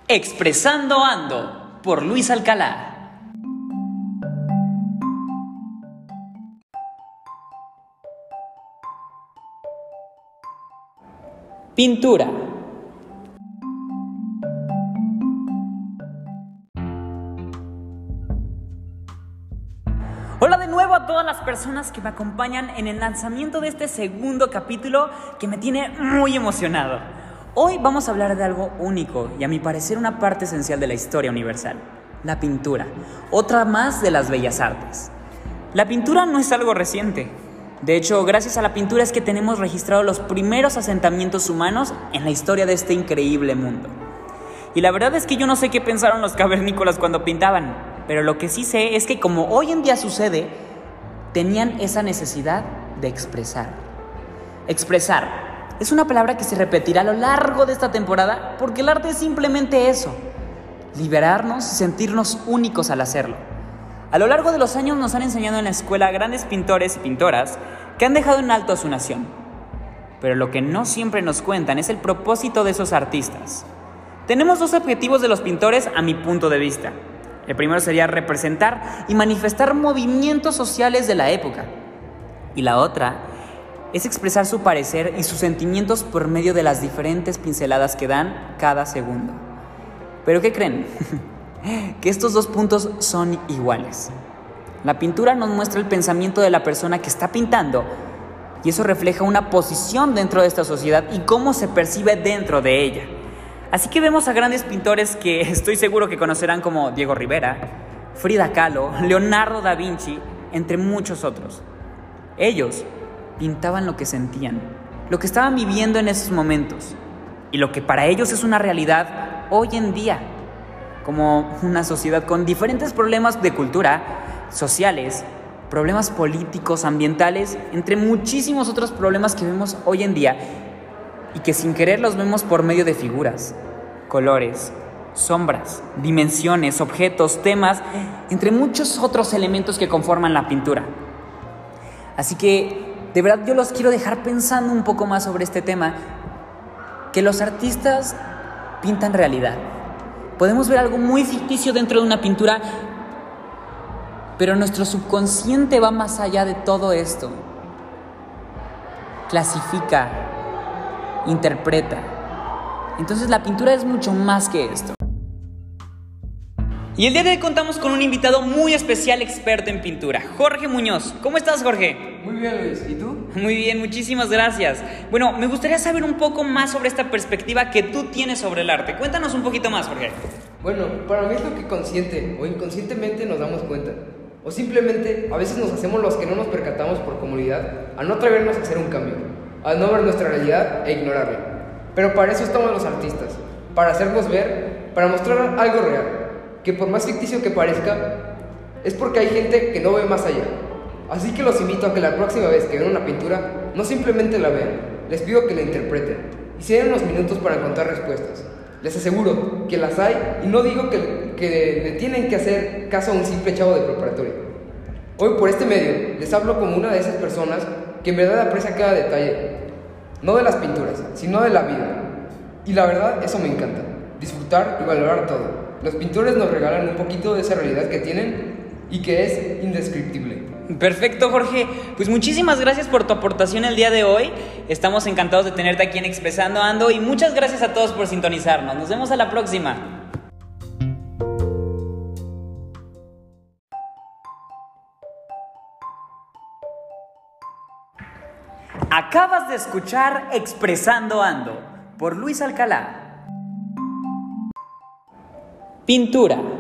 Expresando Ando, por Luis Alcalá. Pintura. Hola de nuevo a todas las personas que me acompañan en el lanzamiento de este segundo capítulo que me tiene muy emocionado. Hoy vamos a hablar de algo único y a mi parecer una parte esencial de la historia universal: la pintura, otra más de las bellas artes. La pintura no es algo reciente. De hecho, gracias a la pintura es que tenemos registrados los primeros asentamientos humanos en la historia de este increíble mundo. Y la verdad es que yo no sé qué pensaron los cavernícolas cuando pintaban, pero lo que sí sé es que, como hoy en día sucede, tenían esa necesidad de expresar. Expresar es una palabra que se repetirá a lo largo de esta temporada porque el arte es simplemente eso: liberarnos y sentirnos únicos al hacerlo. A lo largo de los años nos han enseñado en la escuela grandes pintores y pintoras que han dejado en alto a su nación. Pero lo que no siempre nos cuentan es el propósito de esos artistas. Tenemos dos objetivos de los pintores a mi punto de vista. El primero sería representar y manifestar movimientos sociales de la época. Y la otra es expresar su parecer y sus sentimientos por medio de las diferentes pinceladas que dan cada segundo. ¿Pero qué creen? Que estos dos puntos son iguales. La pintura nos muestra el pensamiento de la persona que está pintando, y eso refleja una posición dentro de esta sociedad y cómo se percibe dentro de ella. Así que vemos a grandes pintores que estoy seguro que conocerán, como Diego Rivera, Frida Kahlo, Leonardo da Vinci, entre muchos otros. Ellos pintaban lo que sentían, lo que estaban viviendo en esos momentos, y lo que para ellos es una realidad hoy en día, como una sociedad con diferentes problemas de cultura, sociales, problemas políticos, ambientales, entre muchísimos otros problemas que vemos hoy en día y que sin querer los vemos por medio de figuras, colores, sombras, dimensiones, objetos, temas, entre muchos otros elementos que conforman la pintura. Así que, de verdad, yo los quiero dejar pensando un poco más sobre este tema, que los artistas pintan realidad. Podemos ver algo muy ficticio dentro de una pintura, pero nuestro subconsciente va más allá de todo esto. Clasifica, interpreta. Entonces la pintura es mucho más que esto. Y el día de hoy contamos con un invitado muy especial, experto en pintura, Jorge Muñoz. ¿Cómo estás, Jorge? Muy bien, Luis. ¿Y tú? Muy bien, muchísimas gracias. Bueno, me gustaría saber un poco más sobre esta perspectiva que tú tienes sobre el arte. Cuéntanos un poquito más, Jorge. Bueno, para mí es lo que consciente o inconscientemente nos damos cuenta. O simplemente a veces nos hacemos los que no nos percatamos por comodidad, a no atrevernos a hacer un cambio, a no ver nuestra realidad e ignorarla. Pero para eso estamos los artistas, para hacernos ver, para mostrar algo real, que por más ficticio que parezca, es porque hay gente que no ve más allá. Así que los invito a que la próxima vez que vean una pintura, no simplemente la vean, les pido que la interpreten y se den unos minutos para encontrar respuestas. Les aseguro que las hay, y no digo que le tienen que hacer caso a un simple chavo de preparatoria. Hoy, por este medio, les hablo como una de esas personas que en verdad aprecia cada detalle, no de las pinturas, sino de la vida. Y la verdad, eso me encanta, disfrutar y valorar todo. Los pintores nos regalan un poquito de esa realidad que tienen y que es indescriptible. Perfecto, Jorge. Pues muchísimas gracias por tu aportación el día de hoy. Estamos encantados de tenerte aquí en Expresando Ando, y muchas gracias a todos por sintonizarnos. Nos vemos a la próxima. Acabas de escuchar Expresando Ando, por Luis Alcalá. Pintura.